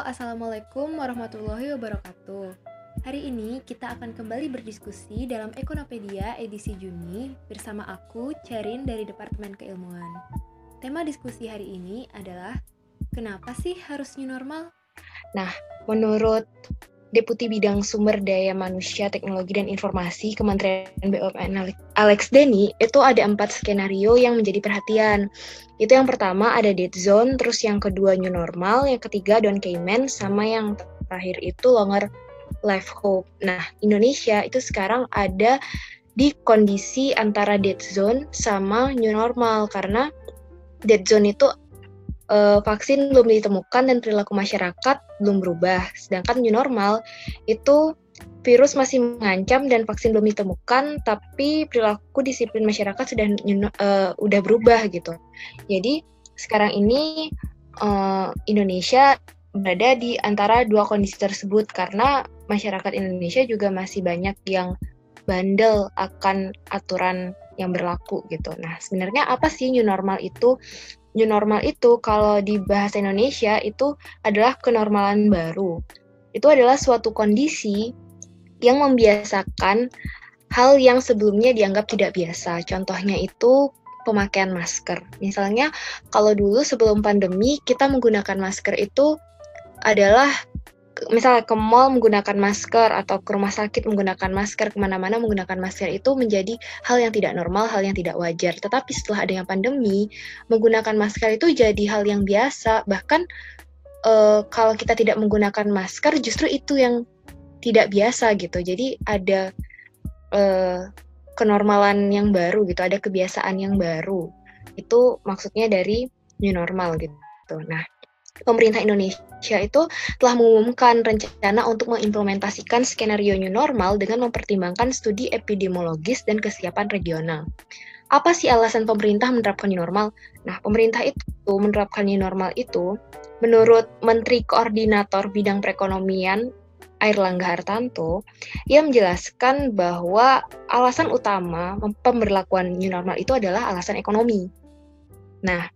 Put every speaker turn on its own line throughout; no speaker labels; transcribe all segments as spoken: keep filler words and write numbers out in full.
Assalamualaikum warahmatullahi wabarakatuh. Hari ini kita akan kembali berdiskusi dalam Ekonopedia edisi Juni bersama aku, Cerin dari Departemen Keilmuan. Tema diskusi hari ini adalah, kenapa sih harus new normal?
Nah, menurut Deputi Bidang Sumber Daya Manusia, Teknologi, dan Informasi Kementerian B U M N Alex Denny, itu ada empat skenario yang menjadi perhatian. Itu yang pertama ada dead zone, terus yang kedua new normal, yang ketiga Don Cayman, sama yang terakhir itu longer life hope. Nah, Indonesia itu sekarang ada di kondisi antara dead zone sama new normal, karena dead zone itu Uh, vaksin belum ditemukan dan perilaku masyarakat belum berubah. Sedangkan new normal itu virus masih mengancam dan vaksin belum ditemukan, tapi perilaku disiplin masyarakat sudah uh, udah berubah gitu. Jadi sekarang ini uh, Indonesia berada di antara dua kondisi tersebut karena masyarakat Indonesia juga masih banyak yang bandel akan aturan yang berlaku gitu. Nah, sebenarnya apa sih new normal itu? New normal itu kalau di bahasa Indonesia itu adalah kenormalan baru. Itu adalah suatu kondisi yang membiasakan hal yang sebelumnya dianggap tidak biasa. Contohnya itu pemakaian masker. Misalnya kalau dulu sebelum pandemi kita menggunakan masker itu adalah misalnya ke mall menggunakan masker atau ke rumah sakit menggunakan masker, kemana-mana menggunakan masker itu menjadi hal yang tidak normal, hal yang tidak wajar. Tetapi setelah adanya pandemi, menggunakan masker itu jadi hal yang biasa. Bahkan uh, kalau kita tidak menggunakan masker, justru itu yang tidak biasa gitu. Jadi ada uh, kenormalan yang baru gitu, ada kebiasaan yang baru. Itu maksudnya dari new normal gitu. Nah, pemerintah Indonesia itu telah mengumumkan rencana untuk mengimplementasikan skenario new normal dengan mempertimbangkan studi epidemiologis dan kesiapan regional. Apa sih alasan pemerintah menerapkan new normal? Nah, pemerintah itu menerapkan new normal itu menurut Menteri Koordinator Bidang Perekonomian Airlangga Hartarto, ia menjelaskan bahwa alasan utama pemberlakuan new normal itu adalah alasan ekonomi. Nah,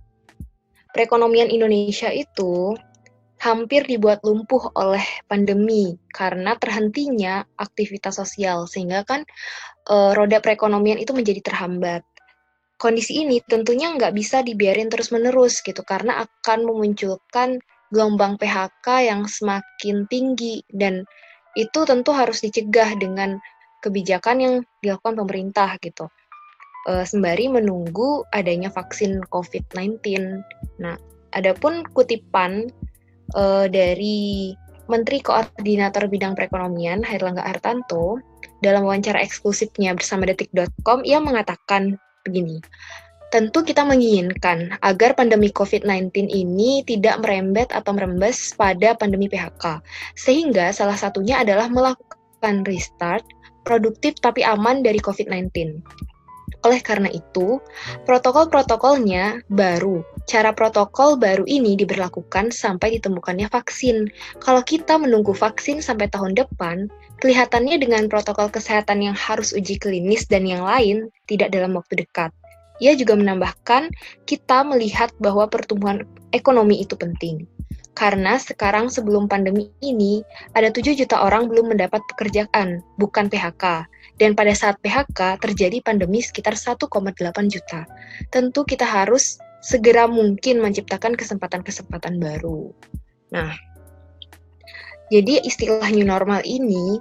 perekonomian Indonesia itu hampir dibuat lumpuh oleh pandemi karena terhentinya aktivitas sosial, sehingga kan e, roda perekonomian itu menjadi terhambat. Kondisi ini tentunya nggak bisa dibiarin terus-menerus gitu, karena akan memunculkan gelombang P H K yang semakin tinggi, dan itu tentu harus dicegah dengan kebijakan yang dilakukan pemerintah gitu. Sembari menunggu adanya vaksin covid sembilan belas. Nah, adapun kutipan uh, dari Menteri Koordinator Bidang Perekonomian Airlangga Hartarto dalam wawancara eksklusifnya bersama detik dot com, ia mengatakan begini, tentu kita menginginkan agar pandemi covid sembilan belas ini tidak merembet atau merembes pada pandemi P H K, sehingga salah satunya adalah melakukan restart produktif tapi aman dari covid sembilan belas. Oleh karena itu, protokol-protokolnya baru. Cara protokol baru ini diberlakukan sampai ditemukannya vaksin. Kalau kita menunggu vaksin sampai tahun depan, kelihatannya dengan protokol kesehatan yang harus uji klinis dan yang lain tidak dalam waktu dekat. Ia juga menambahkan, kita melihat bahwa pertumbuhan ekonomi itu penting. Karena sekarang sebelum pandemi ini, ada tujuh juta orang belum mendapat pekerjaan, bukan P H K. Dan pada saat P H K terjadi pandemi sekitar satu koma delapan juta. Tentu kita harus segera mungkin menciptakan kesempatan-kesempatan baru. Nah, jadi istilah new normal ini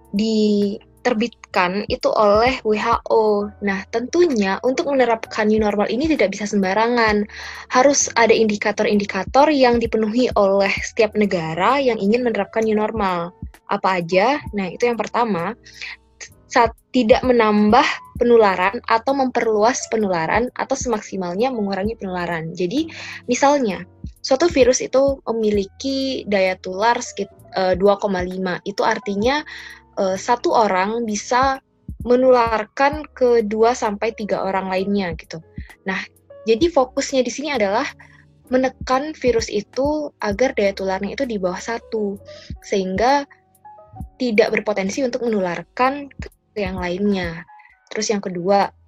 diterbitkan itu oleh W H O. Nah, tentunya untuk menerapkan new normal ini tidak bisa sembarangan. Harus ada indikator-indikator yang dipenuhi oleh setiap negara yang ingin menerapkan new normal. Apa aja? Nah, itu yang pertama, saat tidak menambah penularan atau memperluas penularan atau semaksimalnya mengurangi penularan. Jadi, misalnya, suatu virus itu memiliki daya tular sekitar dua koma lima. Itu artinya uh, satu orang bisa menularkan ke dua sampai tiga orang lainnya gitu. Nah, jadi fokusnya di sini adalah menekan virus itu agar daya tularnya itu di bawah satu, sehingga tidak berpotensi untuk menularkan ke yang lainnya. Terus yang kedua,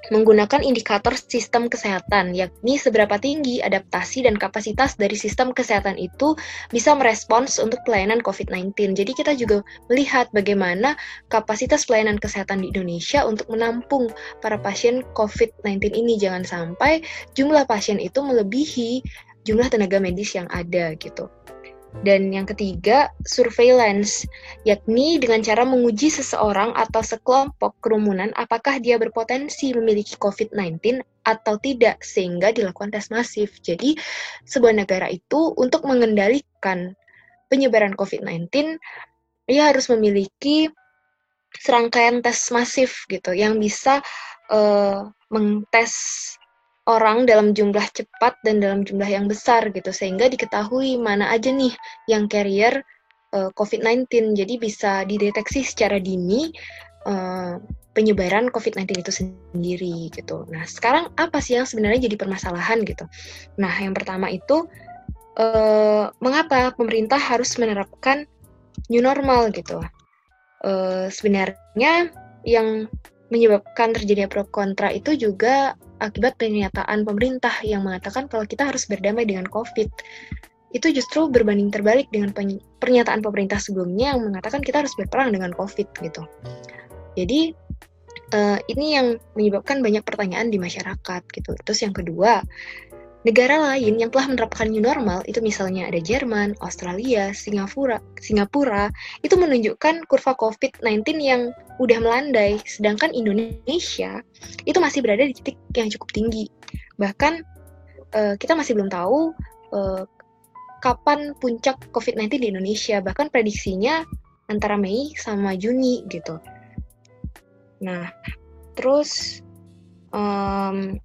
menggunakan indikator sistem kesehatan, yakni seberapa tinggi adaptasi dan kapasitas dari sistem kesehatan itu bisa merespons untuk pelayanan covid sembilan belas. Jadi kita juga melihat bagaimana kapasitas pelayanan kesehatan di Indonesia untuk menampung para pasien covid sembilan belas ini. Jangan sampai jumlah pasien itu melebihi jumlah tenaga medis yang ada gitu. Dan yang ketiga, surveillance, yakni dengan cara menguji seseorang atau sekelompok kerumunan apakah dia berpotensi memiliki covid sembilan belas atau tidak, sehingga dilakukan tes masif. Jadi, sebuah negara itu untuk mengendalikan penyebaran covid sembilan belas, ia harus memiliki serangkaian tes masif gitu, yang bisa uh, mengtes orang dalam jumlah cepat dan dalam jumlah yang besar gitu, sehingga diketahui mana aja nih yang carrier uh, covid sembilan belas. Jadi bisa dideteksi secara dini uh, penyebaran covid sembilan belas itu sendiri gitu. Nah, sekarang apa sih yang sebenarnya jadi permasalahan gitu? Nah, yang pertama itu uh, mengapa pemerintah harus menerapkan new normal gitu? Uh, sebenarnya yang menyebabkan terjadinya pro kontra itu juga akibat pernyataan pemerintah yang mengatakan kalau kita harus berdamai dengan COVID. Itu justru berbanding terbalik dengan pernyataan pemerintah sebelumnya yang mengatakan kita harus berperang dengan COVID gitu. Jadi uh, ini yang menyebabkan banyak pertanyaan di masyarakat gitu. Terus yang kedua, negara lain yang telah menerapkan new normal itu misalnya ada Jerman, Australia, Singapura, Singapura itu menunjukkan kurva covid sembilan belas yang udah melandai, sedangkan Indonesia itu masih berada di titik yang cukup tinggi. Bahkan uh, kita masih belum tahu uh, kapan puncak covid sembilan belas di Indonesia, bahkan prediksinya antara Mei sama Juni gitu. Nah, terus um,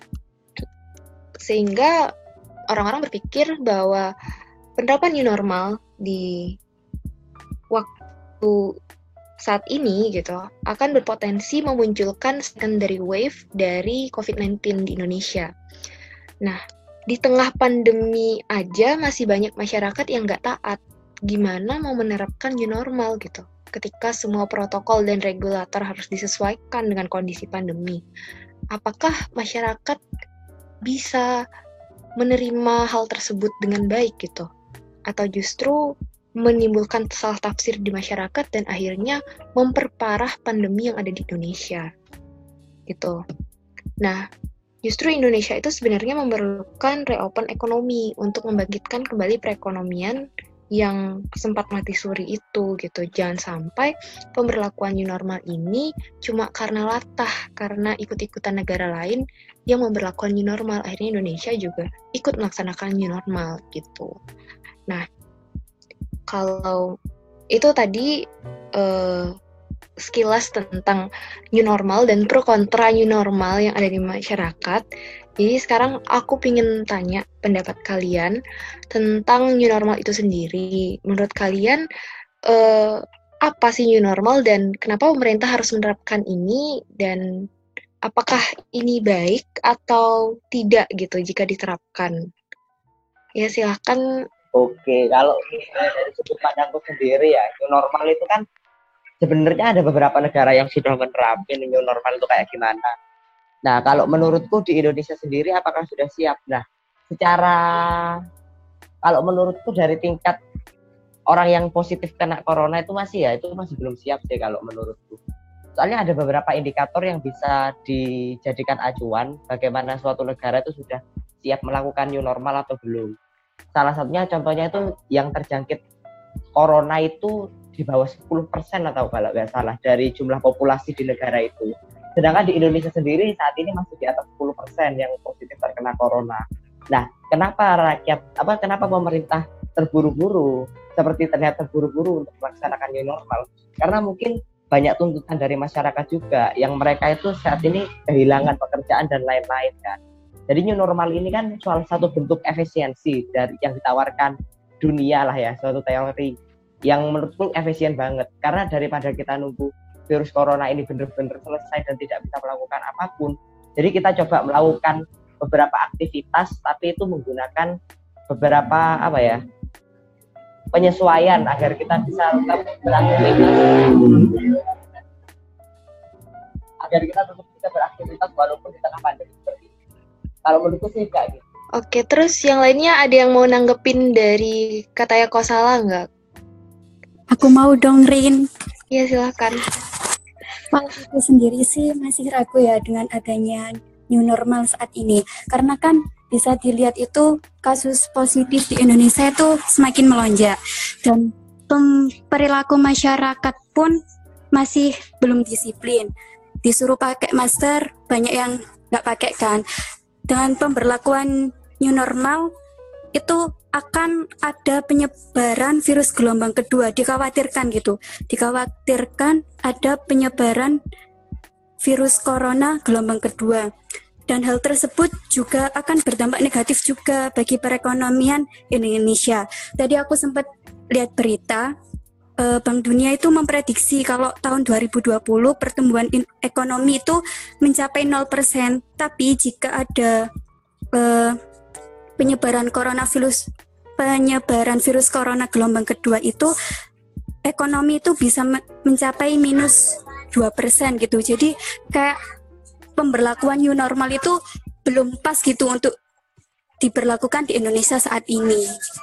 sehingga orang-orang berpikir bahwa penerapan new normal di waktu saat ini gitu akan berpotensi memunculkan secondary wave dari covid sembilan belas di Indonesia. Nah, di tengah pandemi aja masih banyak masyarakat yang nggak taat. Gimana mau menerapkan new normal gitu ketika semua protokol dan regulator harus disesuaikan dengan kondisi pandemi? Apakah masyarakat bisa menerima hal tersebut dengan baik gitu? Atau justru menimbulkan salah tafsir di masyarakat dan akhirnya memperparah pandemi yang ada di Indonesia gitu. Nah, justru Indonesia itu sebenarnya memerlukan reopen ekonomi untuk membangkitkan kembali perekonomian yang sempat mati suri itu gitu. Jangan sampai pemberlakuan new normal ini cuma karena latah, karena ikut-ikutan negara lain yang memberlakukan new normal, akhirnya Indonesia juga ikut melaksanakan new normal gitu. Nah, kalau itu tadi uh, sekilas tentang new normal dan pro kontra new normal yang ada di masyarakat. Jadi sekarang aku pingin tanya pendapat kalian tentang new normal itu sendiri. Menurut kalian uh, apa sih new normal dan kenapa pemerintah harus menerapkan ini, dan apakah ini baik atau tidak gitu jika diterapkan? Ya silahkan.
Oke, kalau dari sudut pandangku sendiri ya, new normal itu kan sebenarnya ada beberapa negara yang sudah menerapkan new normal itu kayak gimana. Nah, kalau menurutku di Indonesia sendiri apakah sudah siap? Nah, secara kalau menurutku dari tingkat orang yang positif kena corona itu masih ya, itu masih belum siap sih kalau menurutku. Soalnya ada beberapa indikator yang bisa dijadikan acuan bagaimana suatu negara itu sudah siap melakukan new normal atau belum. Salah satunya contohnya itu yang terjangkit corona itu di bawah sepuluh persen atau kalau nggak salah dari jumlah populasi di negara itu. Sedangkan di Indonesia sendiri saat ini masih di atas sepuluh persen yang positif terkena corona. Nah, kenapa rakyat, apa kenapa pemerintah terburu-buru, seperti terlihat terburu-buru untuk melaksanakan new normal? Karena mungkin banyak tuntutan dari masyarakat juga yang mereka itu saat ini kehilangan pekerjaan dan lain-lain kan. Jadi new normal ini kan salah satu bentuk efisiensi dari yang ditawarkan dunia lah ya, suatu teori yang menurutku efisien banget. Karena daripada kita nunggu virus corona ini benar-benar selesai dan tidak bisa melakukan apapun, jadi kita coba melakukan beberapa aktivitas, tapi itu menggunakan beberapa apa ya penyesuaian agar kita bisa tetap beraktivitas, agar kita tetap bisa bisa beraktivitas walaupun di tengah pandemi seperti ini. Kalau menurutku sih enggak gitu.
Oke, terus yang lainnya ada yang mau nanggepin dari katanya Kosala nggak?
Aku mau dong, Rin.
Iya, silahkan.
Kalau aku sendiri sih masih ragu ya dengan adanya new normal saat ini. Karena kan bisa dilihat itu kasus positif di Indonesia itu semakin melonjak. Dan pem- perilaku masyarakat pun masih belum disiplin. Disuruh pakai masker, banyak yang nggak pakai kan. Dengan pemberlakuan new normal, itu akan ada penyebaran virus gelombang kedua, dikhawatirkan gitu. Dikhawatirkan ada penyebaran virus corona gelombang kedua. Dan hal tersebut juga akan berdampak negatif juga bagi perekonomian Indonesia. Tadi aku sempat lihat berita, eh, Bank Dunia itu memprediksi kalau tahun dua ribu dua puluh pertumbuhan in- ekonomi itu mencapai nol persen. Tapi jika ada eh, penyebaran coronavirus, penyebaran virus corona gelombang kedua itu, ekonomi itu bisa me- mencapai minus dua persen gitu. Jadi kayak pemberlakuan new normal itu belum pas gitu untuk diberlakukan di Indonesia saat ini.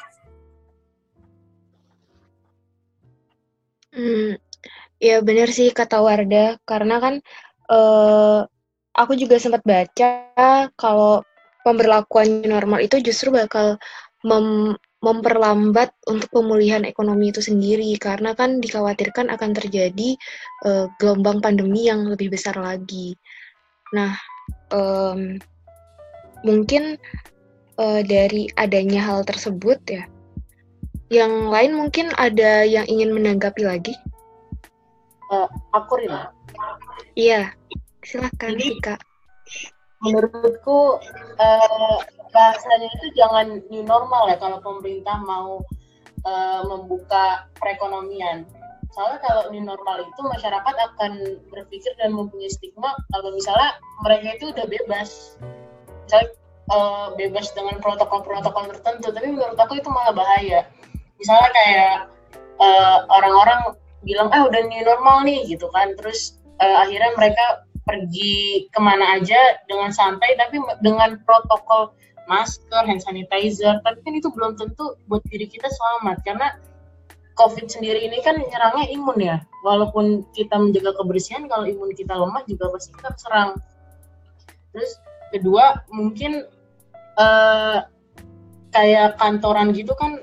Hmm, ya benar sih kata Wardah, karena kan eh, aku juga sempat baca kalau pemberlakuan new normal itu justru bakal mem- memperlambat untuk pemulihan ekonomi itu sendiri, karena kan dikhawatirkan akan terjadi eh, gelombang pandemi yang lebih besar lagi. Nah, em, mungkin eh, dari adanya hal tersebut ya, yang lain mungkin ada yang ingin menanggapi lagi?
Uh, aku Rina.
Iya, silakan
Jadi,
Kak.
Menurutku uh, bahasanya itu jangan new normal ya kalau pemerintah mau uh, membuka perekonomian. Soalnya kalau new normal itu masyarakat akan berpikir dan mempunyai stigma kalau misalnya mereka itu udah bebas, misalnya uh, bebas dengan protokol-protokol tertentu. Tapi menurut aku itu malah bahaya. Misalnya kayak uh, orang-orang bilang ah udah new normal nih gitu kan, terus uh, akhirnya mereka pergi kemana aja dengan santai tapi dengan protokol masker, hand sanitizer. Tapi kan itu belum tentu buat diri kita selamat, karena COVID sendiri ini kan nyerangnya imun ya. Walaupun kita menjaga kebersihan, kalau imun kita lemah juga pasti kita serang. Terus kedua, mungkin uh, kayak kantoran gitu kan,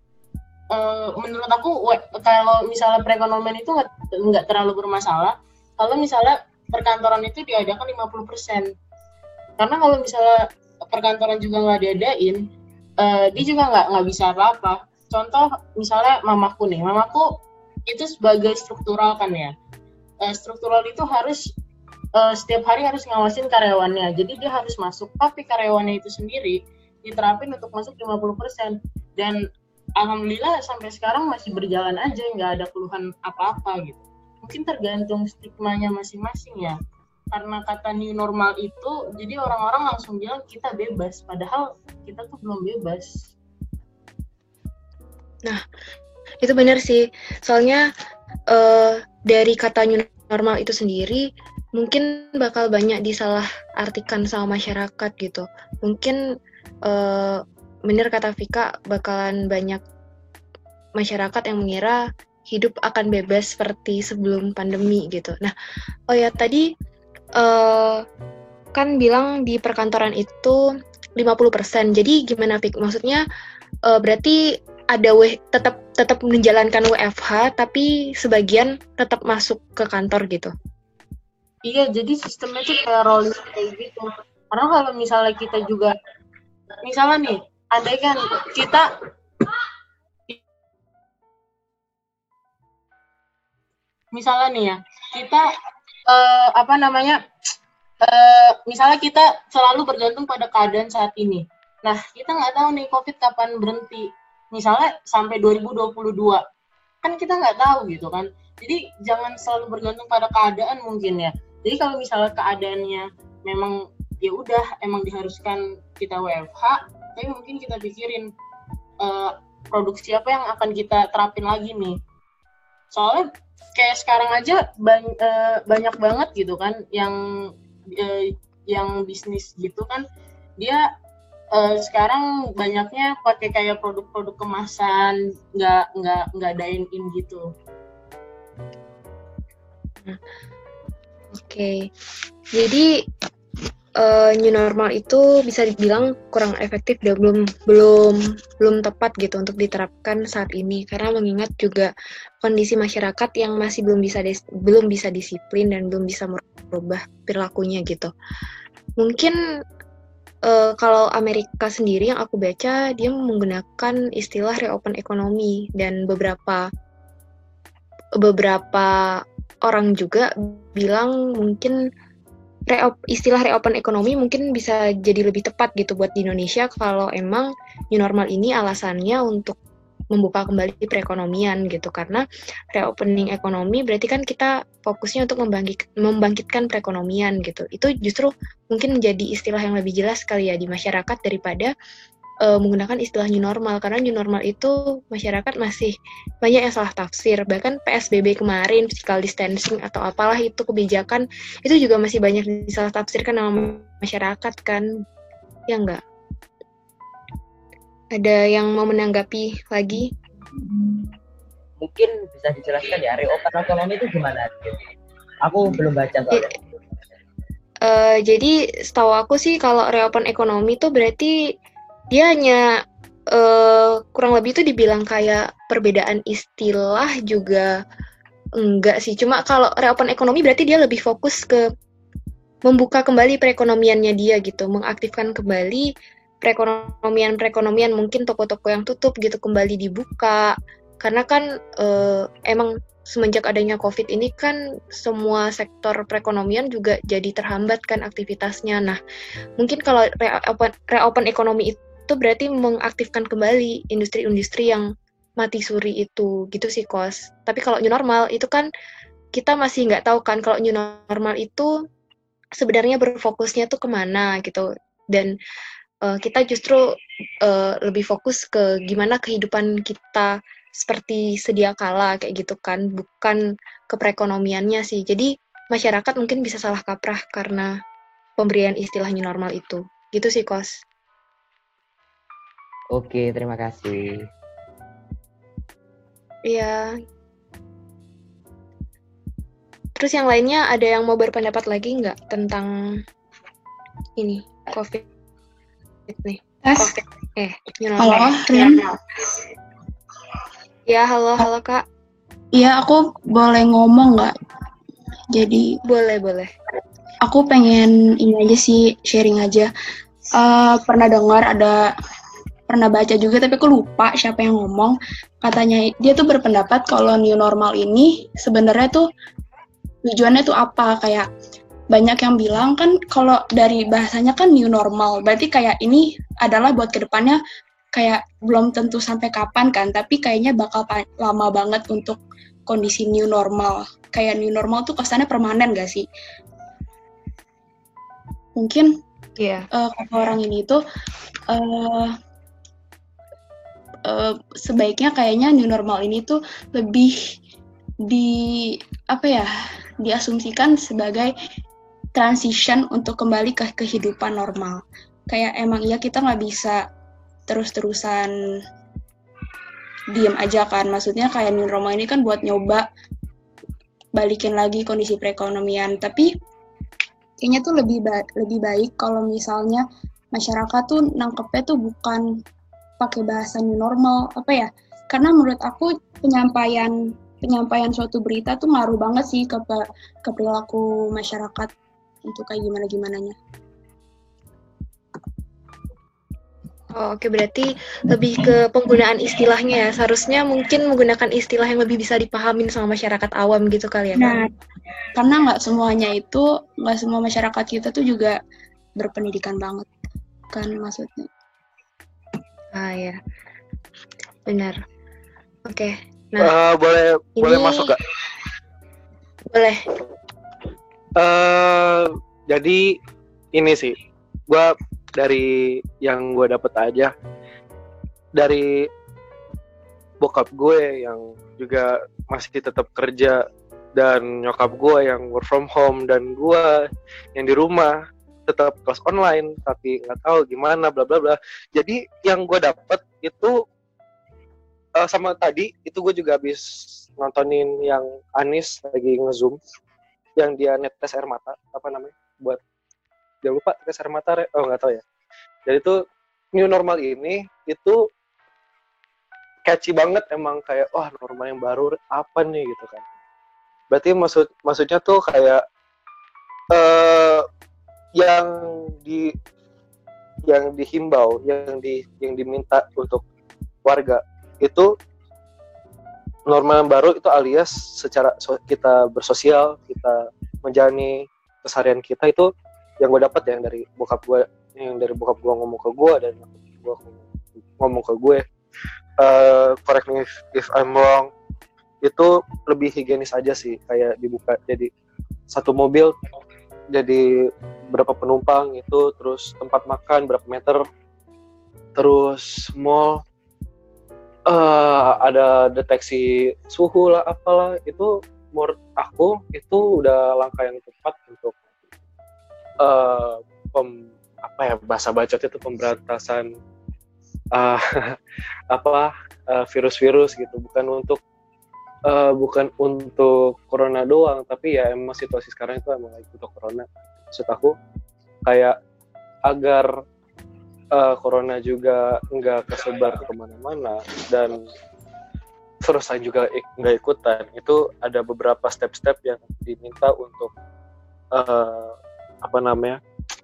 uh, menurut aku we, kalau misalnya perekonomian itu nggak terlalu bermasalah kalau misalnya perkantoran itu diadakan lima puluh persen. Karena kalau misalnya perkantoran juga nggak diadain, uh, dia juga nggak nggak bisa apa-apa. Contoh misalnya mamaku nih, mamaku itu sebagai struktural kan ya. Uh, struktural itu harus uh, setiap hari harus ngawasin karyawannya. Jadi dia harus masuk, tapi karyawannya itu sendiri diterapin untuk masuk lima puluh persen. Dan alhamdulillah sampai sekarang masih berjalan aja, nggak ada keluhan apa-apa gitu. Mungkin tergantung stigmanya masing-masing ya. Karena kata new normal itu, jadi orang-orang langsung bilang kita bebas, padahal kita tuh belum bebas.
Nah, itu benar sih. Soalnya uh, dari kata new normal itu sendiri mungkin bakal banyak disalah artikan sama masyarakat gitu. Mungkin uh, benar kata Vika, bakalan banyak masyarakat yang mengira hidup akan bebas seperti sebelum pandemi gitu. Nah, oh ya tadi uh, kan bilang di perkantoran itu lima puluh persen. Jadi gimana Vik? Maksudnya uh, berarti ada w tetap tetap menjalankan W F H tapi sebagian tetap masuk ke kantor gitu.
Iya, jadi sistemnya tuh kayak rolling kayak gitu. Karena kalau misalnya kita juga misalnya nih, andai kan kita misalnya nih ya, kita uh, apa namanya? Uh, misalnya kita selalu bergantung pada keadaan saat ini. Nah, kita nggak tahu nih COVID kapan berhenti. Misalnya sampai dua ribu dua puluh dua, kan kita nggak tahu gitu kan. Jadi jangan selalu bergantung pada keadaan mungkin ya. Jadi kalau misalnya keadaannya memang ya udah emang diharuskan kita W F H, tapi mungkin kita pikirin uh, produksi apa yang akan kita terapin lagi nih. Soalnya kayak sekarang aja bany- uh, banyak banget gitu kan yang eh, yang bisnis gitu kan dia eh, sekarang banyaknya pakai kayak produk-produk kemasan, nggak nggak nggak dine in gitu.
Oke, jadi uh, new normal itu bisa dibilang kurang efektif dan belum belum belum tepat gitu untuk diterapkan saat ini karena mengingat juga kondisi masyarakat yang masih belum bisa dis, belum bisa disiplin dan belum bisa merubah perilakunya gitu. Mungkin uh, kalau Amerika sendiri yang aku baca dia menggunakan istilah reopen ekonomi dan beberapa beberapa orang juga bilang mungkin Re-op, istilah reopen ekonomi mungkin bisa jadi lebih tepat gitu buat di Indonesia kalau emang new normal ini alasannya untuk membuka kembali perekonomian gitu karena reopening ekonomi berarti kan kita fokusnya untuk membangkit, membangkitkan perekonomian gitu. Itu justru mungkin menjadi istilah yang lebih jelas kali ya di masyarakat daripada uh, menggunakan istilah new normal karena new normal itu masyarakat masih banyak yang salah tafsir. Bahkan P S B B kemarin physical distancing atau apalah itu kebijakan itu juga masih banyak disalah tafsirkan sama masyarakat kan. Ya enggak? Ada yang mau menanggapi lagi?
Mungkin bisa dijelaskan ya reopen ekonomi itu gimana? Aku belum baca soalnya.
Uh, jadi setahu aku sih kalau reopen ekonomi itu berarti dia hanya uh, kurang lebih itu dibilang kayak perbedaan istilah juga enggak sih. Cuma kalau reopen ekonomi berarti dia lebih fokus ke membuka kembali perekonomiannya dia gitu, mengaktifkan kembali perekonomian-perekonomian mungkin toko-toko yang tutup gitu kembali dibuka. Karena kan uh, emang semenjak adanya COVID ini kan semua sektor perekonomian juga jadi terhambat kan aktivitasnya. Nah, mungkin kalau reopen, reopen ekonomi itu itu berarti mengaktifkan kembali industri-industri yang mati suri itu, gitu sih Kos. Tapi kalau new normal itu kan kita masih nggak tahu kan kalau new normal itu sebenarnya berfokusnya tuh kemana gitu. Dan uh, kita justru uh, lebih fokus ke gimana kehidupan kita seperti sedia kala kayak gitu kan, bukan ke perekonomiannya sih. Jadi masyarakat mungkin bisa salah kaprah karena pemberian istilah new normal itu. Gitu sih Kos.
Oke, terima kasih.
Iya. Terus yang lainnya ada yang mau berpendapat lagi nggak tentang ini COVID nih?
Tes.
COVID. Eh,
halo, Rian.
Ya, halo, halo Kak.
Iya, aku boleh ngomong nggak? Jadi.
Boleh, boleh.
Aku pengen ini aja sih, sharing aja. Uh, pernah dengar ada pernah baca juga tapi aku lupa siapa yang ngomong, katanya dia tuh berpendapat kalau new normal ini sebenarnya tuh tujuannya tuh apa, kayak banyak yang bilang kan kalau dari bahasanya kan new normal berarti kayak ini adalah buat kedepannya kayak belum tentu sampai kapan kan, tapi kayaknya bakal pa- lama banget untuk kondisi new normal, kayak new normal tuh kesannya permanen gak sih? Mungkin yeah. uh, kata orang ini tuh uh, Uh, sebaiknya kayaknya new normal ini tuh lebih di apa ya diasumsikan sebagai transition untuk kembali ke kehidupan normal. Kayak emang iya kita nggak bisa terus-terusan diem aja kan. Maksudnya kayak new normal ini kan buat nyoba balikin lagi kondisi perekonomian. Tapi kayaknya tuh lebih ba- lebih baik kalau misalnya masyarakat tuh nangkepnya tuh bukan pakai bahasa new normal apa ya, karena menurut aku penyampaian penyampaian suatu berita tuh ngaruh banget sih ke ke perilaku masyarakat untuk kayak gimana gimananya.
Oh, oke, berarti lebih ke penggunaan istilahnya ya. Seharusnya mungkin menggunakan istilah yang lebih bisa dipahamin sama masyarakat awam gitu kali ya, Kak?
Nah, karena nggak semuanya itu, nggak semua masyarakat kita tuh juga berpendidikan banget kan maksudnya.
Ah ya, benar. Oke, nah
uh, boleh
ini...
boleh masuk gak?
Boleh.
Uh, jadi ini sih, gue dari yang gue dapet aja dari bokap gue yang juga masih tetap kerja dan nyokap gue yang work from home, dan gue yang di rumah tetap kelas online tapi nggak tahu gimana bla bla bla. Jadi yang gue dapat itu uh, sama tadi itu gue juga habis nontonin yang Anis lagi nge-zoom yang dia net tes air mata, apa namanya, buat jangan lupa tes air mata, oh nggak tahu ya. Jadi itu new normal ini itu catchy banget, emang kayak wah normal yang baru apa nih gitu kan. Berarti maksud maksudnya tuh kayak uh, yang di yang dihimbau, yang di yang diminta untuk warga itu normal yang baru itu alias secara so, kita bersosial, kita menjalani keseharian kita itu yang gue dapat yang dari bokap gue, yang dari bokap gue ngomong ke gue dan gue ngomong ke gue. Uh, correct me if, if I'm wrong, itu lebih higienis aja sih, kayak dibuka jadi satu mobil jadi berapa penumpang itu, terus tempat makan berapa meter, terus mall uh, ada deteksi suhu lah apalah. Itu menurut aku itu udah langkah yang tepat untuk uh, pem, apa ya bahasa bacotnya itu pemberantasan uh, apa uh, virus-virus gitu, bukan untuk Uh, bukan untuk corona doang, tapi ya emang situasi sekarang itu emang lagi untuk corona. Maksud aku kayak agar uh, corona juga nggak kesebar kemana-mana dan terus saya juga ik- nggak ikutan, itu ada beberapa step-step yang diminta untuk uh, apa namanya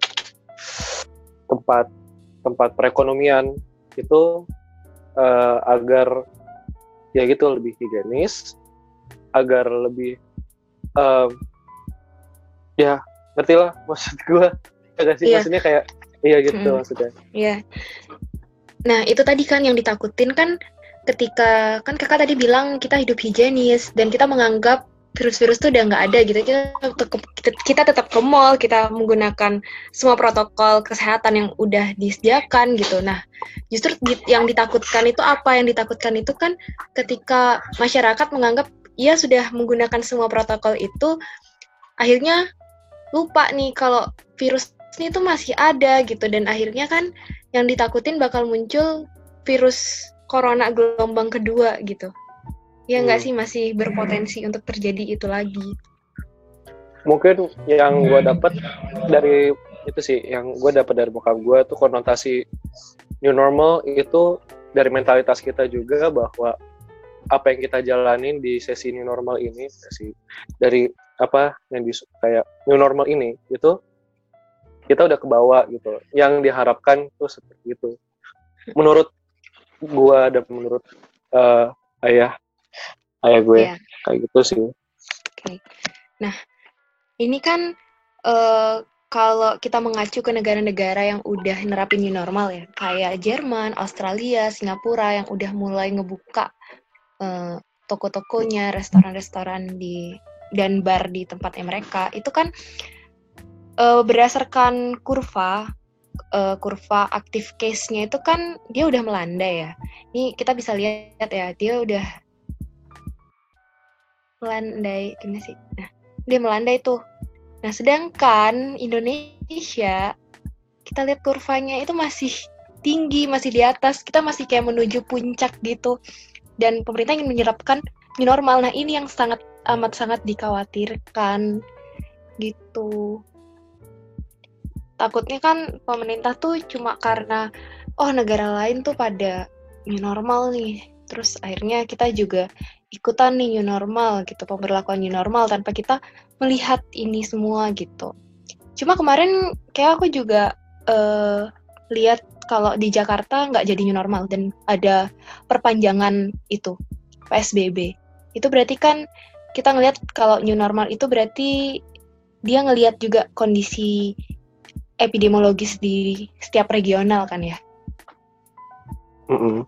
tempat tempat perekonomian itu uh, agar ya gitu lebih higienis, agar lebih um, ya ngerti lah maksud gue, ya sih,
Iya.
maksudnya kayak iya gitu
Mm-mm.
maksudnya.
Iya. Nah, itu tadi kan yang ditakutin kan ketika kan kakak tadi bilang kita hidup higienis dan kita menganggap virus-virus itu udah nggak ada gitu. Kita, kita kita tetap ke mall, kita menggunakan semua protokol kesehatan yang udah disediakan gitu. Nah, justru yang ditakutkan itu apa? Yang ditakutkan itu kan ketika masyarakat menganggap ia sudah menggunakan semua protokol itu, akhirnya lupa nih kalau virus ini tuh masih ada gitu, dan akhirnya kan yang ditakutin bakal muncul virus corona gelombang kedua gitu. Ya nggak
Hmm.
sih, masih berpotensi untuk terjadi itu lagi.
Mungkin yang gue dapat dari itu sih, yang gue dapat dari bokap gue tuh konotasi new normal itu dari mentalitas kita juga, bahwa apa yang kita jalanin di sesi new normal ini, sesi dari apa yang di kayak new normal ini itu kita udah kebawa gitu. Yang diharapkan tuh seperti itu. Menurut gue dan menurut uh, ayah ayah gue
Iya.
kayak gitu sih.
Oke. Nah, ini kan uh, kalau kita mengacu ke negara-negara yang udah nerapin new normal ya, kayak Jerman, Australia, Singapura yang udah mulai ngebuka uh, toko-tokonya, restoran-restoran di dan bar di tempatnya mereka, itu kan uh, berdasarkan kurva uh, kurva aktif case-nya itu kan dia udah melandai ya. Ini kita bisa lihat ya, dia udah melandai gimana sih? Nah, dia melandai tuh. Nah, sedangkan Indonesia kita lihat kurvanya itu masih tinggi, masih di atas. Kita masih kayak menuju puncak gitu. Dan pemerintah ingin menerapkan new normal. Nah, ini yang sangat amat sangat dikhawatirkan gitu. Takutnya kan pemerintah tuh cuma karena oh negara lain tuh pada new normal nih. Terus akhirnya kita juga ikutan nih new normal gitu, pemberlakuan new normal tanpa kita melihat ini semua gitu. Cuma kemarin kayak aku juga uh, lihat kalau di Jakarta nggak jadi new normal dan ada perpanjangan itu P S B B. Itu berarti kan kita ngelihat kalau new normal itu berarti dia ngelihat juga kondisi epidemiologis di setiap regional kan ya.
Mm-mm.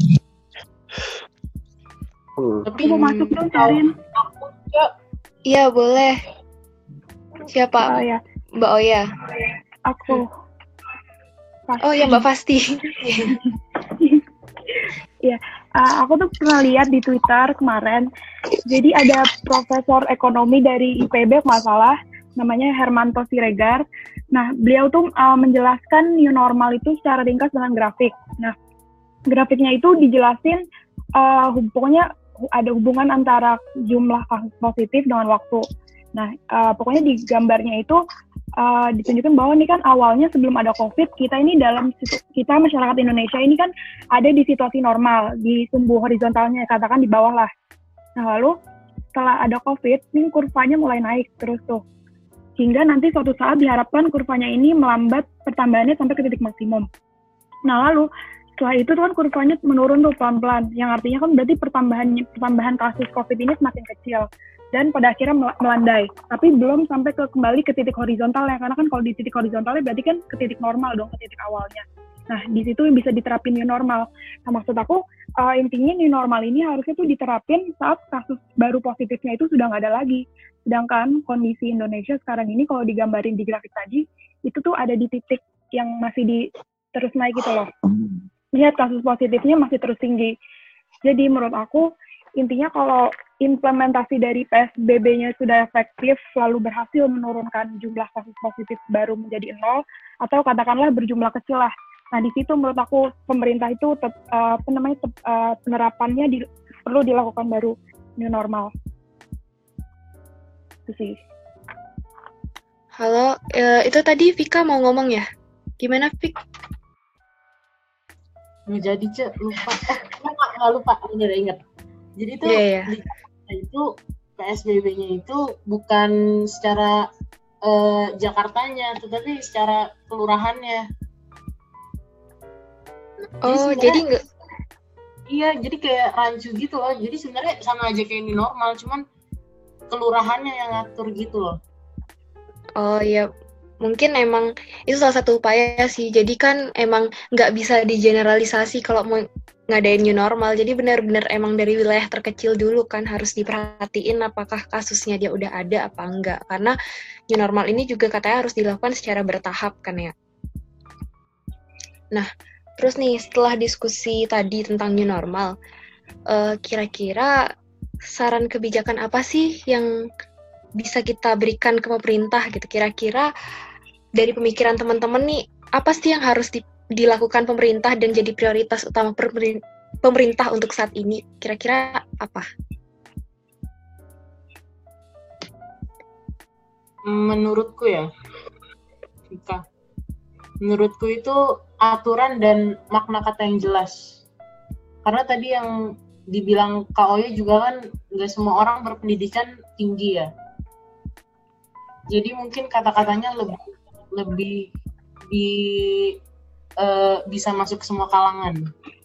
Hmm.
Tapi
Aku mau masuk dong, Karin.
Iya boleh. Siapa?
Oh ya,
Mbak Oya.
aku.
Oh ya Mbak Fasti.
uh, aku tuh pernah lihat di Twitter kemarin. Jadi ada profesor ekonomi dari I P B kalau nggak salah, namanya Hermanto Siregar. Nah, beliau tuh uh, menjelaskan new normal itu secara ringkas dengan grafik. Nah, grafiknya itu dijelasin uh, pokoknya ada hubungan antara jumlah kasus positif dengan waktu. Nah, uh, pokoknya di gambarnya itu uh, ditunjukkan bahwa ini kan awalnya sebelum ada COVID, kita ini dalam kita masyarakat Indonesia ini kan ada di situasi normal, di sumbu horizontalnya, katakan di bawah lah. Nah, lalu setelah ada COVID, ini kurvanya mulai naik terus tuh. Hingga nanti suatu saat diharapkan kurvanya ini melambat pertambahannya sampai ke titik maksimum. Nah, lalu setelah itu tuh kan kurvanya menurun tuh pelan-pelan, yang artinya kan berarti pertambahan pertambahan kasus COVID ini semakin kecil dan pada akhirnya melandai, tapi belum sampai ke kembali ke titik horizontalnya, karena kan kalau di titik horizontalnya berarti kan ke titik normal dong, ke titik awalnya. Nah, di situ bisa diterapin new normal. Nah, maksud aku uh, intinya new normal ini harusnya tuh diterapin saat kasus baru positifnya itu sudah nggak ada lagi. Sedangkan kondisi Indonesia sekarang ini kalau digambarin di grafik tadi, itu tuh ada di titik yang masih di terus naik gitu loh. Lihat kasus positifnya masih terus tinggi. Jadi menurut aku intinya kalau implementasi dari P S B B-nya sudah efektif, lalu berhasil menurunkan jumlah kasus positif baru menjadi nol, atau katakanlah berjumlah kecil lah. Nah, di situ menurut aku pemerintah itu tep, uh, apa namanya tep, uh, penerapannya di, perlu dilakukan baru new normal. Itu sih.
Halo, uh, itu tadi Vika mau ngomong ya? Gimana, Vik?
Nggak jadi, Cek. Lupa. Eh, nggak, nggak lupa. Udah ingat. Jadi itu
yeah, yeah.
di itu P S B B-nya itu bukan secara uh, Jakartanya, tetapi secara kelurahannya.
Oh, jadi nggak?
Iya, jadi kayak rancu gitu loh. Jadi sebenarnya sama aja kayak ini normal, cuman kelurahannya yang ngatur gitu loh.
Oh iya, mungkin emang itu salah satu upaya sih. Jadi kan emang nggak bisa digeneralisasi kalau mau ngadain new normal. Jadi benar-benar emang dari wilayah terkecil dulu kan harus diperhatiin apakah kasusnya dia udah ada apa enggak. Karena new normal ini juga katanya harus dilakukan secara bertahap kan ya. Nah, terus nih setelah diskusi tadi tentang new normal, uh, kira-kira saran kebijakan apa sih yang bisa kita berikan ke pemerintah gitu? Kira-kira dari pemikiran teman-teman nih, apa sih yang harus di, dilakukan pemerintah dan jadi prioritas utama pemerintah untuk saat ini? Kira-kira apa?
Menurutku ya, Vika, menurutku itu aturan dan makna kata yang jelas. Karena tadi yang dibilang Kak Oya juga kan nggak semua orang berpendidikan tinggi ya. Jadi mungkin kata-katanya lebih lebih di uh, bisa masuk ke semua kalangan.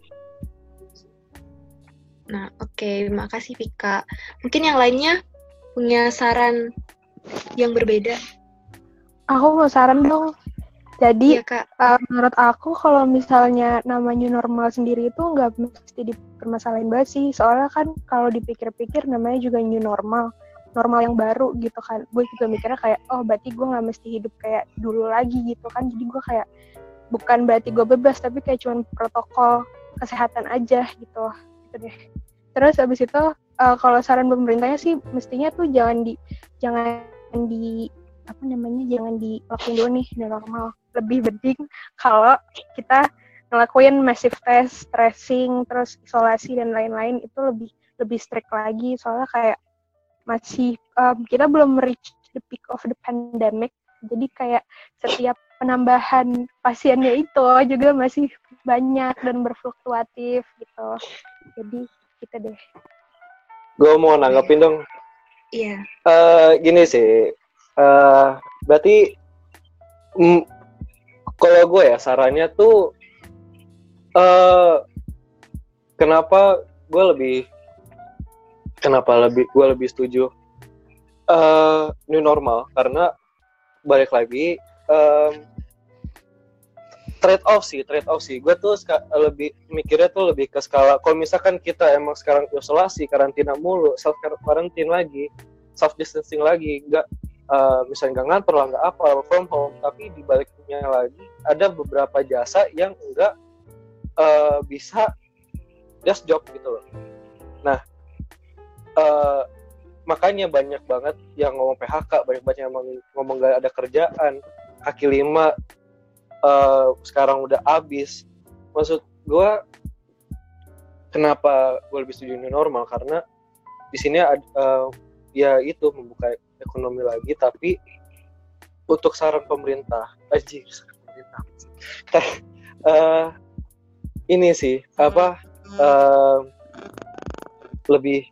Nah, oke, okay. Makasih Vika. Mungkin yang lainnya punya saran yang berbeda?
Aku mau saran dong. Jadi,
ya, Kak.
Uh, menurut aku kalau misalnya nama new normal sendiri itu nggak mesti dipermasalahin banget sih. Soalnya kan kalau dipikir-pikir namanya juga new normal. Normal yang baru gitu kan. Gue juga mikirnya kayak, oh berarti gue nggak mesti hidup kayak dulu lagi gitu kan. Jadi gue kayak, bukan berarti gue bebas, tapi kayak cuma protokol kesehatan aja gitu. Gitu deh. Terus abis itu, uh, kalau saran pemerintahnya sih, mestinya tuh jangan di, jangan di, apa namanya, jangan dilakuin dulu nih new normal. Lebih penting kalau kita ngelakuin massive test, tracing, terus isolasi dan lain-lain itu lebih lebih strict lagi. Soalnya kayak masih um, kita belum reach the peak of the pandemic. Jadi kayak setiap penambahan pasiennya itu juga masih banyak dan berfluktuatif gitu. Jadi gitu deh.
Gue mau nanggepin dong.
Iya.
Uh, gini sih, uh, berarti mm, kalau gue ya sarannya tuh uh, kenapa gue lebih kenapa lebih gue lebih setuju uh, new normal, karena balik lagi um, trade off sih trade off sih gue tuh ska, lebih mikirnya tuh lebih ke skala. Kalau misalkan kita emang sekarang isolasi, karantina mulu, self quarantine lagi, self distancing lagi, nggak uh, misalnya nggak ngantor lah, nggak apa, work from home, tapi dibaliknya lagi ada beberapa jasa yang enggak uh, bisa desk job gitu loh. Nah, uh, makanya banyak banget yang ngomong P H K, banyak banget yang ngomong, ngomong gak ada kerjaan, kaki lima uh, sekarang udah habis. Maksud gue, kenapa gue lebih setuju new normal, karena di sini uh, ya itu membuka ekonomi lagi, tapi untuk saran pemerintah, aji saran pemerintah, uh, ini sih apa uh, lebih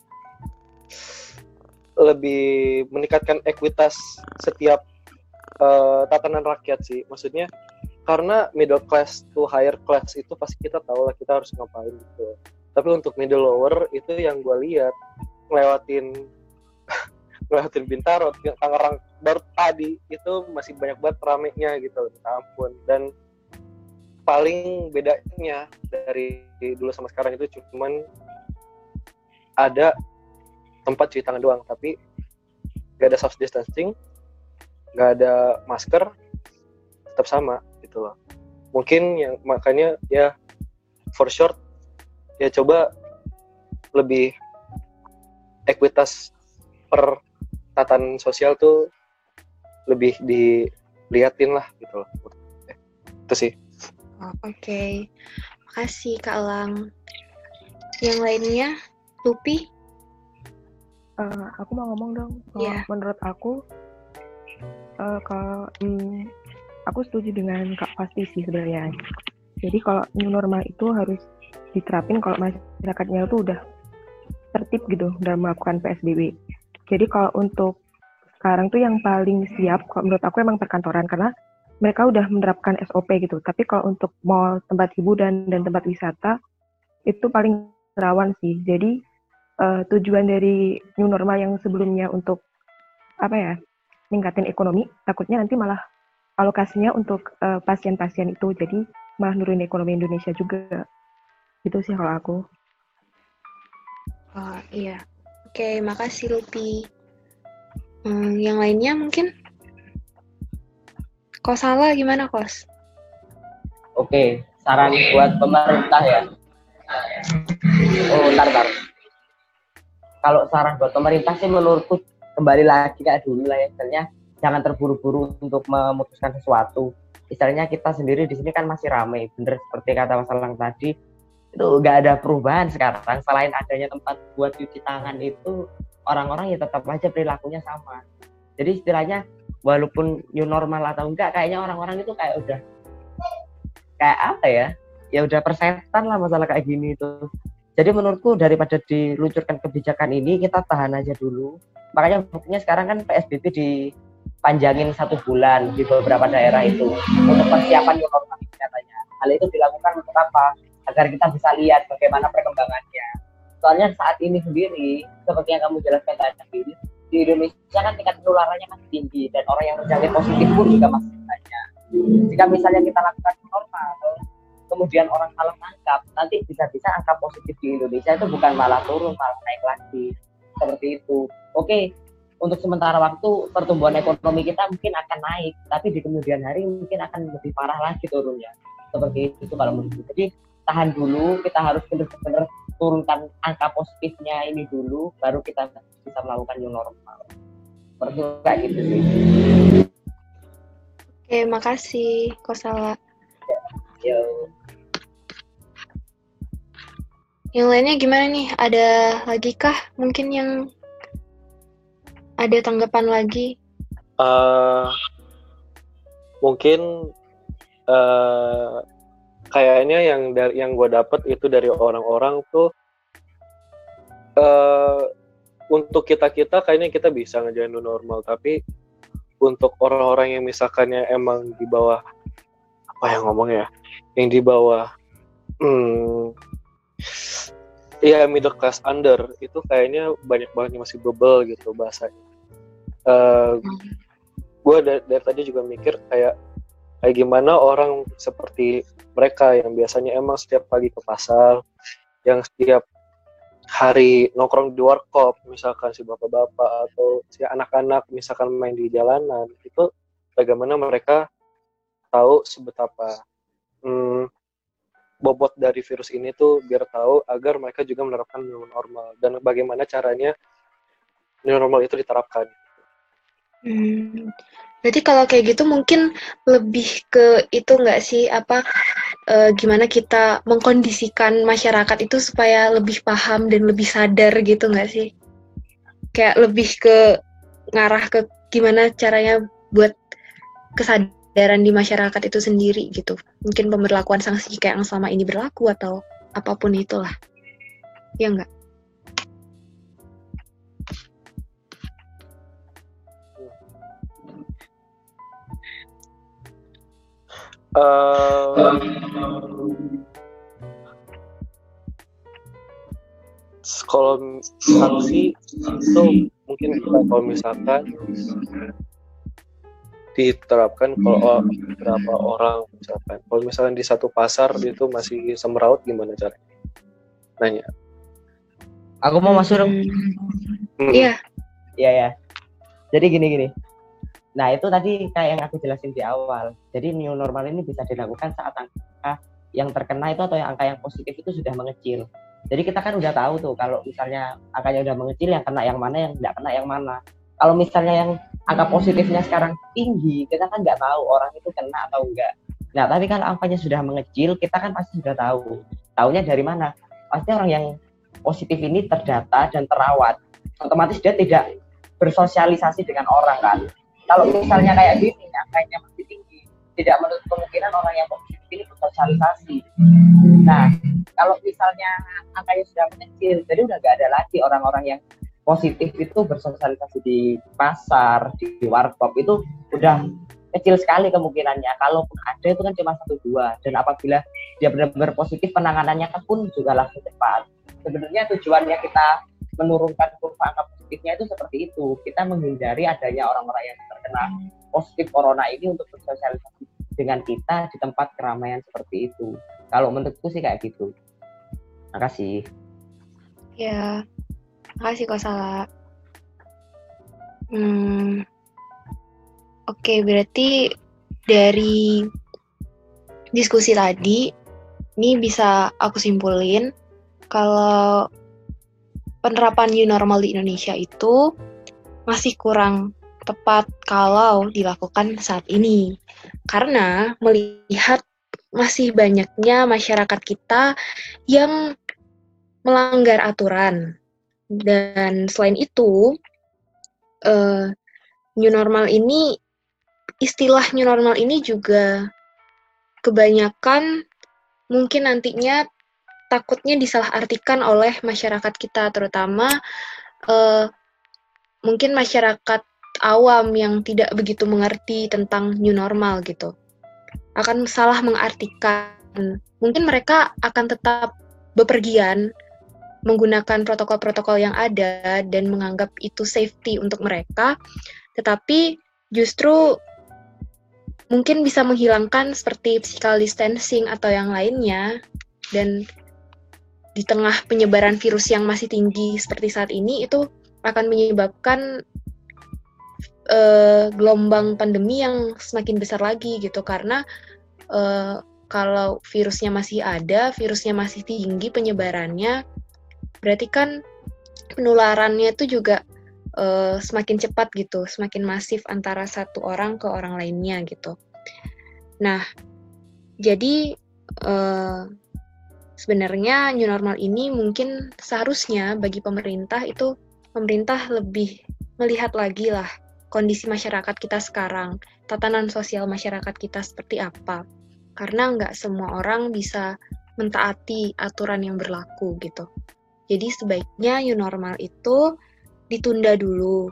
lebih meningkatkan ekuitas setiap uh, tatanan rakyat sih, maksudnya karena middle class to higher class itu pasti kita tahu lah kita harus ngapain gitu, tapi untuk middle lower itu yang gue lihat ngelewatin ngelewatin Bintaro, Tangerang baru tadi itu masih banyak banget ramenya gitu, minta ampun. Dan paling bedanya dari dulu sama sekarang itu cuman ada tempat cuci tangan doang, tapi gak ada social distancing, gak ada masker, tetap sama gitu loh. Mungkin yang makanya ya for short ya coba lebih ekuitas per tatanan sosial tuh lebih diliatin lah gitu loh. Itu sih.
Oh, Oke, okay. Makasih Kak Lang. Yang lainnya, Lupi?
Uh, aku mau ngomong dong. Kalau
yeah.
menurut aku, uh, kalau um, aku setuju dengan Kak Fasti sih sebenarnya. Jadi kalau new normal itu harus diterapin kalau masyarakatnya itu udah tertib gitu dalam melakukan P S B B. Jadi kalau untuk sekarang tuh yang paling siap, kalau menurut aku emang perkantoran, karena mereka udah menerapkan S O P gitu. Tapi kalau untuk mall, tempat hiburan, dan tempat wisata, itu paling rawan sih. Jadi uh, tujuan dari new normal yang sebelumnya untuk apa ya, ningkatin ekonomi, takutnya nanti malah alokasinya untuk uh, pasien-pasien itu, jadi malah nurunin ekonomi Indonesia juga. Gitu sih kalau aku.
Oh iya, oke, makasih Lupi. Hmm, yang lainnya mungkin? Kos salah gimana Kos?
Oke, saran buat pemerintah ya. Oh, ntar, ntar. Kalau saran buat pemerintah sih menurutku kembali lagi kayak dulu lah ya. Misalnya jangan terburu-buru untuk memutuskan sesuatu. Misalnya kita sendiri di sini kan masih ramai, bener seperti kata Mas Lang tadi, itu nggak ada perubahan sekarang. Selain adanya tempat buat cuci tangan itu, orang-orang ya tetap aja perilakunya sama. Jadi istilahnya walaupun new normal atau enggak, kayaknya orang-orang itu kayak udah kayak apa ya? Ya udah persetan lah masalah kayak gini itu. Jadi menurutku daripada diluncurkan kebijakan ini, kita tahan aja dulu. Makanya buktinya sekarang kan P S B B dipanjangin satu bulan di beberapa daerah itu untuk persiapan new normal katanya. Hal itu dilakukan untuk apa? Agar kita bisa lihat bagaimana perkembangannya. Soalnya saat ini sendiri, seperti yang kamu jelaskan tadi, di Indonesia kan tingkat penularannya masih tinggi dan orang yang terjangkit positif pun juga masih banyak. Jika misalnya kita lakukan normal, kemudian orang salah tangkap, nanti bisa-bisa angka positif di Indonesia itu bukan malah turun, malah naik lagi. Seperti itu. Oke, untuk sementara waktu pertumbuhan ekonomi kita mungkin akan naik, tapi di kemudian hari mungkin akan lebih parah lagi turunnya. Seperti itu kalau menurutku. Jadi tahan dulu, kita harus benar-benar turunkan angka positifnya ini dulu, baru kita bisa melakukan new normal. Menurutku kayak gitu sih.
Oke, makasih Kosala.
Yo.
Yang lainnya gimana nih? Ada lagi kah mungkin yang ada tanggapan lagi?
Uh, mungkin uh, kayaknya yang dari yang gue dapet itu dari orang-orang tuh uh, untuk kita-kita kayaknya kita bisa ngejalanin new normal, tapi untuk orang-orang yang misalkannya emang di bawah apa yang ngomongnya, yang di bawah hmm, ya middle class under itu kayaknya banyak banget yang masih bebel gitu bahasanya. Uh, gue dari, dari tadi juga mikir kayak kayak gimana orang seperti mereka yang biasanya emang setiap pagi ke pasar, yang setiap hari nongkrong di warkop, misalkan si bapak-bapak atau si anak-anak misalkan main di jalanan, itu bagaimana mereka tahu sebetapa hmm, bobot dari virus ini tuh biar tahu agar mereka juga menerapkan new normal dan bagaimana caranya new normal itu diterapkan.
Hmm. Berarti kalau kayak gitu mungkin lebih ke itu nggak sih apa e, gimana kita mengkondisikan masyarakat itu supaya lebih paham dan lebih sadar gitu nggak sih? Kayak lebih ke ngarah ke gimana caranya buat kesadaran di masyarakat itu sendiri gitu. Mungkin pemberlakuan sanksi kayak yang selama ini berlaku atau apapun itulah. Ya nggak?
Uh, kalau sanksi itu mungkin kita kalau misalkan diterapkan kalau beberapa orang misalkan kalau misalkan di satu pasar itu masih semeraut gimana caranya? Nanya.
Aku mau masuk dong.
Iya.
Iya ya. Jadi gini-gini. Nah itu tadi kayak yang aku jelasin di awal. Jadi new normal ini bisa dilakukan saat angka yang terkena itu atau yang angka yang positif itu sudah mengecil. Jadi kita kan udah tahu tuh kalau misalnya angkanya udah mengecil yang kena yang mana, yang nggak kena yang mana. Kalau misalnya yang angka positifnya sekarang tinggi, kita kan nggak tahu orang itu kena atau enggak. Nah tapi kalau angkanya sudah mengecil, kita kan pasti sudah tahu. Taunya dari mana? Pasti orang yang positif ini terdata dan terawat. Otomatis dia tidak bersosialisasi dengan orang kan. Kalau misalnya kayak gini, angkanya masih tinggi, tidak menutup kemungkinan orang yang positif ini bersosialisasi. Nah, kalau misalnya angkanya sudah mengecil, jadi udah nggak ada lagi orang-orang yang positif itu bersosialisasi di pasar, di warkop, itu udah kecil sekali kemungkinannya. Kalaupun ada itu kan cuma satu dua, dan apabila dia benar-benar positif, penanganannya pun juga langsung cepat. Sebenarnya tujuannya kita menurunkan kurva angka positifnya itu seperti itu. Kita menghindari adanya orang-orang yang terkena positif corona ini untuk bersosialisasi dengan kita di tempat keramaian seperti itu. Kalau menurutku sih kayak gitu. Makasih.
Ya, makasih Kak Sala. Hmm, oke, berarti dari diskusi tadi, ini bisa aku simpulin kalau penerapan new normal di Indonesia itu masih kurang tepat kalau dilakukan saat ini. Karena melihat masih banyaknya masyarakat kita yang melanggar aturan. Dan selain itu, uh, new normal ini, istilah new normal ini juga kebanyakan mungkin nantinya takutnya disalahartikan oleh masyarakat kita, terutama uh, mungkin masyarakat awam yang tidak begitu mengerti tentang new normal gitu. Akan salah mengartikan. Mungkin mereka akan tetap bepergian menggunakan protokol-protokol yang ada dan menganggap itu safety untuk mereka, tetapi justru mungkin bisa menghilangkan seperti physical distancing atau yang lainnya. Dan di tengah penyebaran virus yang masih tinggi seperti saat ini, itu akan menyebabkan uh, gelombang pandemi yang semakin besar lagi gitu. Karena uh, kalau virusnya masih ada, virusnya masih tinggi penyebarannya, berarti kan penularannya itu juga uh, semakin cepat gitu, semakin masif antara satu orang ke orang lainnya gitu. Nah, jadi uh, sebenarnya new normal ini mungkin seharusnya bagi pemerintah itu pemerintah lebih melihat lagi lah kondisi masyarakat kita sekarang, tatanan sosial masyarakat kita seperti apa. Karena nggak semua orang bisa mentaati aturan yang berlaku gitu. Jadi sebaiknya new normal itu ditunda dulu.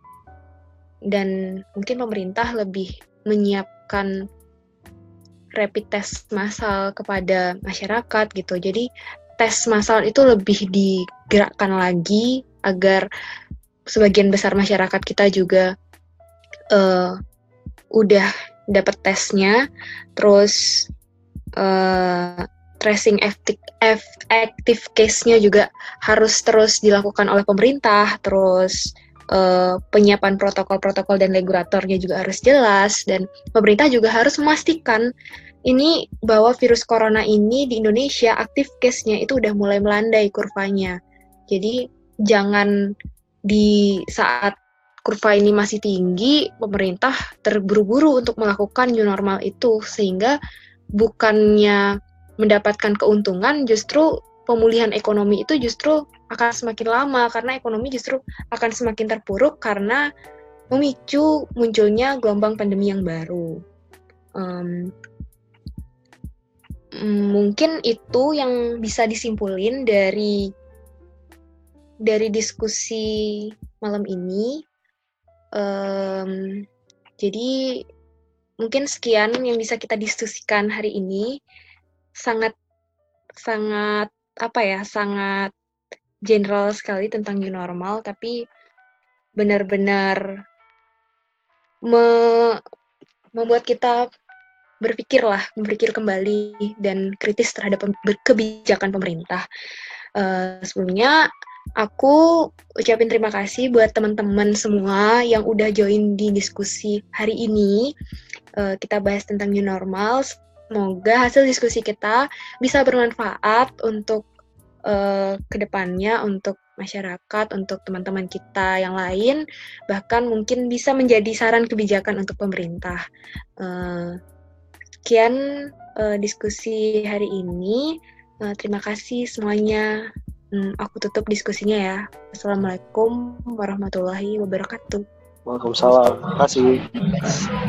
Dan mungkin pemerintah lebih menyiapkan rapid test massal kepada masyarakat gitu. Jadi tes massal itu lebih digerakkan lagi agar sebagian besar masyarakat kita juga uh, udah dapat tesnya, terus uh, tracing active, active case-nya juga harus terus dilakukan oleh pemerintah, terus uh, penyiapan protokol-protokol dan regulatornya juga harus jelas, dan pemerintah juga harus memastikan ini bahwa virus corona ini di Indonesia aktif case-nya itu udah mulai melandai kurvanya. Jadi jangan di saat kurva ini masih tinggi, pemerintah terburu-buru untuk melakukan new normal itu, sehingga bukannya mendapatkan keuntungan, justru pemulihan ekonomi itu justru akan semakin lama, karena ekonomi justru akan semakin terpuruk karena memicu munculnya gelombang pandemi yang baru. Um, mungkin itu yang bisa disimpulin dari dari diskusi malam ini. Um, jadi mungkin sekian yang bisa kita diskusikan hari ini. Sangat sangat apa ya sangat general sekali tentang new normal, tapi benar-benar me, membuat kita berpikirlah, berpikir kembali dan kritis terhadap kebijakan pemerintah. Uh, sebelumnya aku ucapin terima kasih buat teman-teman semua yang udah join di diskusi hari ini. Uh, kita bahas tentang new normal. Semoga hasil diskusi kita bisa bermanfaat untuk uh, kedepannya, untuk masyarakat, untuk teman-teman kita yang lain, bahkan mungkin bisa menjadi saran kebijakan untuk pemerintah. Uh, Sekian uh, diskusi hari ini. Uh, terima kasih semuanya. Hmm, aku tutup diskusinya ya. Assalamualaikum warahmatullahi wabarakatuh.
Waalaikumsalam. Terima kasih.